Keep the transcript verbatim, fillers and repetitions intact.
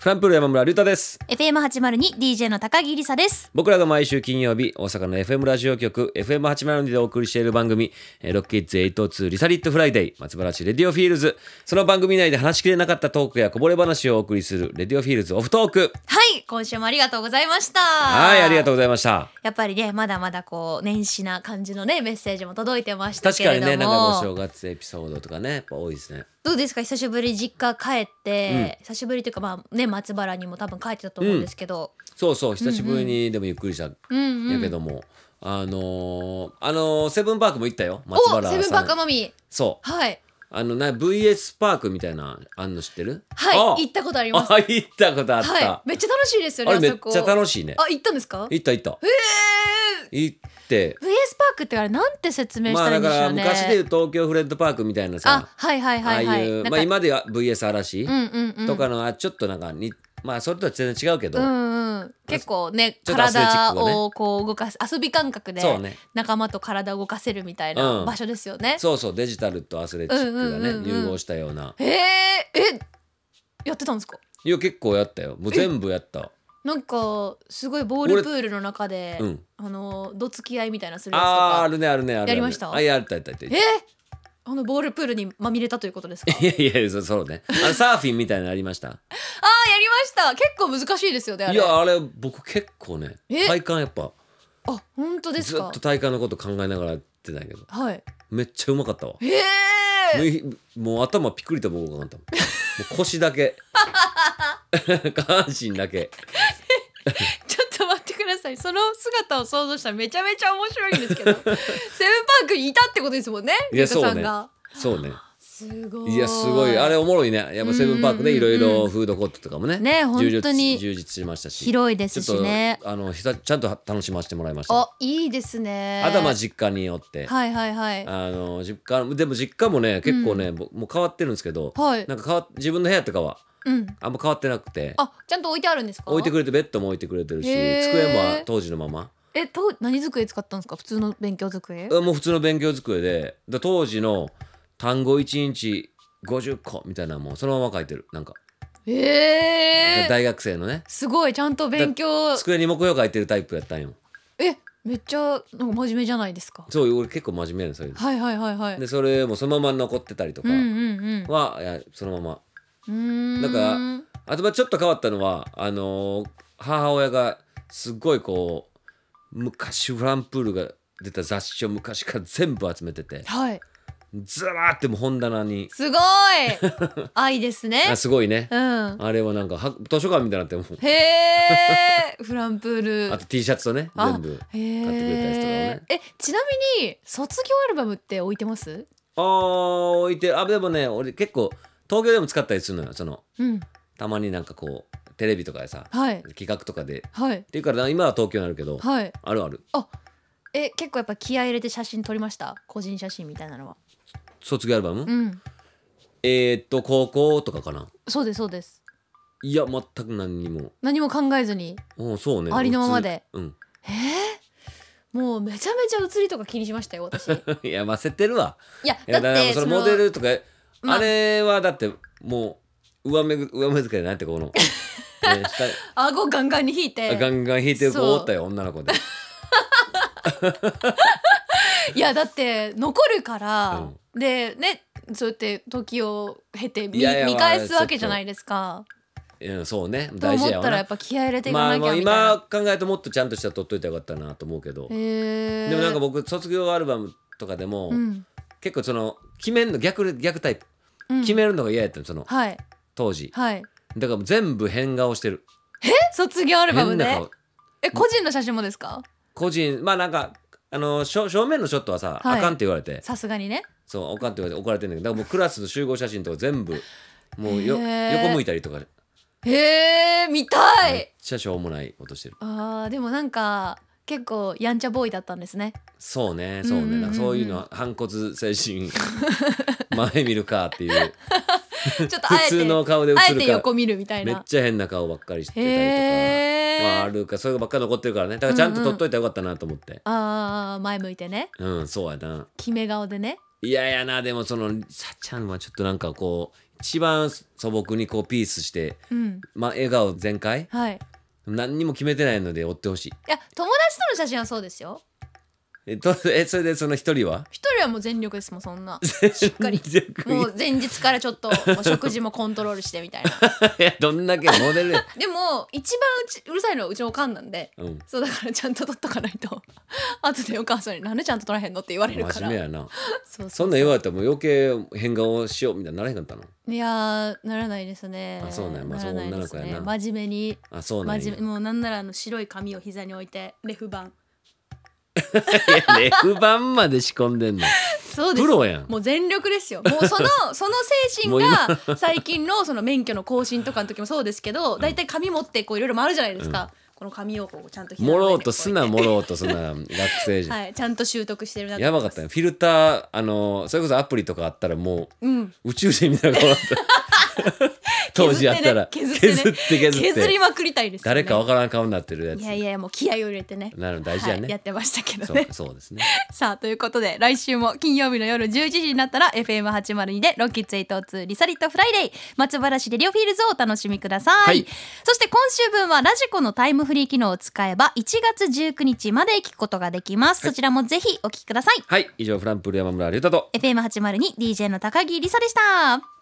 フランプール山村隆太です。 エフエムはちまるに ディージェー の高木梨沙です。 僕らが毎週金曜日大阪の エフエム ラジオ局 エフエムはちまるに でお送りしている番組ロックキッズはちじゅうにリサリットフライデー松原市レディオフィールズ。その番組内で話しきれなかったトークやこぼれ話をお送りするレディオフィールズオフトーク。 はい、今週もありがとうございました。 はい、ありがとうございました。 やっぱりねまだまだこう年始な感じのねメッセージも届いてましたけれども、 確かにね、なんかお正月エピソードとかねやっぱ多いですね。 どうですか、久しぶり実家帰って、うん、久しぶりというかまあね松原にも多分帰ってたと思うんですけど、うん、 そうそう久しぶりにでもゆっくりしたんやけども、うんうん、あのー、あのー、セブンパークも行ったよ松原さん。 おセブンパークマミー。そうはいあのな ブイエス パークみたいなあんの知ってる？ はい行ったことあります。 あ行ったことあった、 はい、めっちゃ楽しいですよね。 あれめっちゃ楽しいね。 あ行ったんですか？ 行った行った。へえ行ってブイエス パークってあれなんて説明したらいいんでしょうね。 まあだから昔でいう東京フレッドパークみたいなさ、 あはいはいはいはい、ああいうまあ今では ブイエス 嵐とかのちょっとなんかにまあそれとは全然違うけど、うんうん、 結構ね体をこう動かす遊び感覚で仲間と体を動かせるみたいな場所ですよね、うん、 そうそうデジタルとアスレチックがね、うんうんうんうん、融合したような。 へええやってたんですか？ いや結構やったよ。もう全部やった。 なんかすごいボールプールの中で、うん、あのどつき合いみたいなするやつとかああるねあるねあるねやりました？ あやったやったやった。えーあのボールプールにまみれたということですか？ いやいや そ, そうねあのサーフィンみたいなのありました。ああやりました。結構難しいですよねあれ。 いやあれ僕結構ね体幹やっぱあ本当ですか？ ずっと体幹のこと考えながらやってたんやけど、はい、めっちゃうまかったわ。 へえもう頭ピクリと動かなかったもん。もう腰だけ下半身だけちょっと待ってください。その姿を想像したらめちゃめちゃ面白いんですけどセブンパークにいたってことですもんね。 いやそうねそうねすごい。 いやすごいあれおもろいね。やっぱセブンパークでいろいろフードコートとかもねね本当に充実しましたし広いですしね。 ちょっとあのちゃんと楽しませてもらいました。 あいいですね。 あとはまあ実家によってはいはいはいあの実家でも実家もね結構ね、うん、もう変わってるんですけど、はい、なんか変わ自分の部屋とかはうん、あんま変わってなくて。 あちゃんと置いてあるんですか？ 置いてくれてベッドも置いてくれてるし机も当時のまま。 えと何机使ったんですか？普通の勉強机？ もう普通の勉強机でだ当時の単語いちにちごじゅっこみたいなもんそのまま書いてる。なんかえー、大学生のねすごいちゃんと勉強机に目標書いてるタイプやったんよ。 えめっちゃなんか真面目じじゃないですか？ そう俺結構真面目やねんそれで。 はいはいはいはい。 でそれもそのまま残ってたりとかは、うんうんうん、いやそのままうーんだからあとはちょっと変わったのはあのー、母親がすっごいこう昔フランプールが出た雑誌を昔から全部集めてて、はい、ずらーってもう本棚にすごい愛ですねあすごいね、うん、あれはなんかは図書館みたいになってもへえフランプールあと T シャツとね全部買ってくれたやつとかをね。 えちなみに卒業アルバムって置いてます？ あー置いてあでもね俺結構東京でも使ったりするのよその、うん、たまになんかこうテレビとかでさ、はい、企画とかで、はい、っていうから今は東京になるけど、はい、あるある。 あえ結構やっぱ気合い入れて写真撮りました？個人写真みたいなのは。 卒業アルバム、うん、えー、っと高校とかかな。 そうですそうです。 いや全く何にも何も考えずにおそうねありのままで、 うん、 えー、もうめちゃめちゃ写りとか気にしましたよ私いやませてるわ。 いやだってそのモデルとか、まあ、あれはだってもう上目上目遣いなんてこの、ね、 顎ガンガンに引いてガンガン引いてる子おったよ女の子でいやだって残るから、うん、でねそうやって時を経て 見, いやいや見返すわけじゃないですか。 うん、そうね大事やわな。と思ったらやっぱ気合い入れていかなきゃみたいな、 まあ、今考えるともっとちゃんとしたら撮っといたらよかったなと思うけどでもなんか僕卒業アルバムとかでも、うん、結構その決めるの 逆, 逆タイプ、うん、決めるのが嫌やったのその、はい、当時、はい、だから全部変顔してる。 え卒業アルバムでえ個人の写真もですか？ 個人まあなんかあの正面のショットはさ、はい、あかんって言われてさすがにねそうあかんって言われて怒られてんだけどだからもうクラスの集合写真とか全部もうよ横向いたりとかへえ見たい。 めっちゃしょうもないことしてる。 あーでもなんか結構やんちゃボーイだったんですね。 そうねそうね、うんうんうんうん、なんかそういうのは反骨精神前見るかっていうちょっとあえて普通の顔で映るかあえて横見るみたいなめっちゃ変な顔ばっかりしてたりとか、まあ、あるかそればっかり残ってるからねだからちゃんと撮っといたらよかったなと思って、うんうん、 あ前向いてねうんそうやな決め顔でね。 いやいやなでもそのさっちゃんはちょっとなんかこう一番素朴にこうピースして、うん、 まあ笑顔全開、 はい、 何にも決めてないので追ってほしい。いや友達との写真はそうですよ。 えとえそれでその一人は一人はもう全力ですもん。そんなしっかりもう前日からちょっともう食事もコントロールしてみたいないやどんだけモデルでも一番うちうるさいのはうちのおかんなんで、うん、そうだからちゃんと撮っとかないと後でお母さんになんでちゃんと撮らへんのって言われるから。 真面目やなそうそうそう、そんなん言われたらもう余計変顔しようみたいにならへんかったの。 いやならないですね。 あそうなんや、まあ、そう女の子やな、 真面目に。 あそうなんや、 真面目もうなんならあの白い紙を膝に置いてレフ板いやレフ板まで仕込んでんのそうです。 プロやん。 もう全力ですよ。もうそのその精神が最近のその免許の更新とかの時もそうですけど、だいたい紙持ってこういろいろ回るじゃないですか、うん、この紙をこうちゃんともろうとすなもろうとすな学生じゃん、 はい、ちゃんと習得してるなとやばかったね。フィルターあのそれこそアプリとかあったらもう、うん、宇宙人みたいなことだった当時やったら削ってね、削って削って削りまくりたいですよね。 誰かわからん顔になってるやつ。 いやいやもう気合を入れてね、 なる大事やね、 はい、やってましたけどね。 そう、そうですねさあということで来週も金曜日の夜じゅういちじになったら エフエムはちまるに でロッキッツエイトツーリサリットフライデー松原市レディオフィールズをお楽しみください、はい、そして今週分はラジコのタイムフリー機能を使えばいちがつじゅうくにちまで聞くことができます、はい、そちらもぜひお聞きください。 はい、以上フランプル山村隆太とエフエムはちまるに ディージェー の高木りさでした。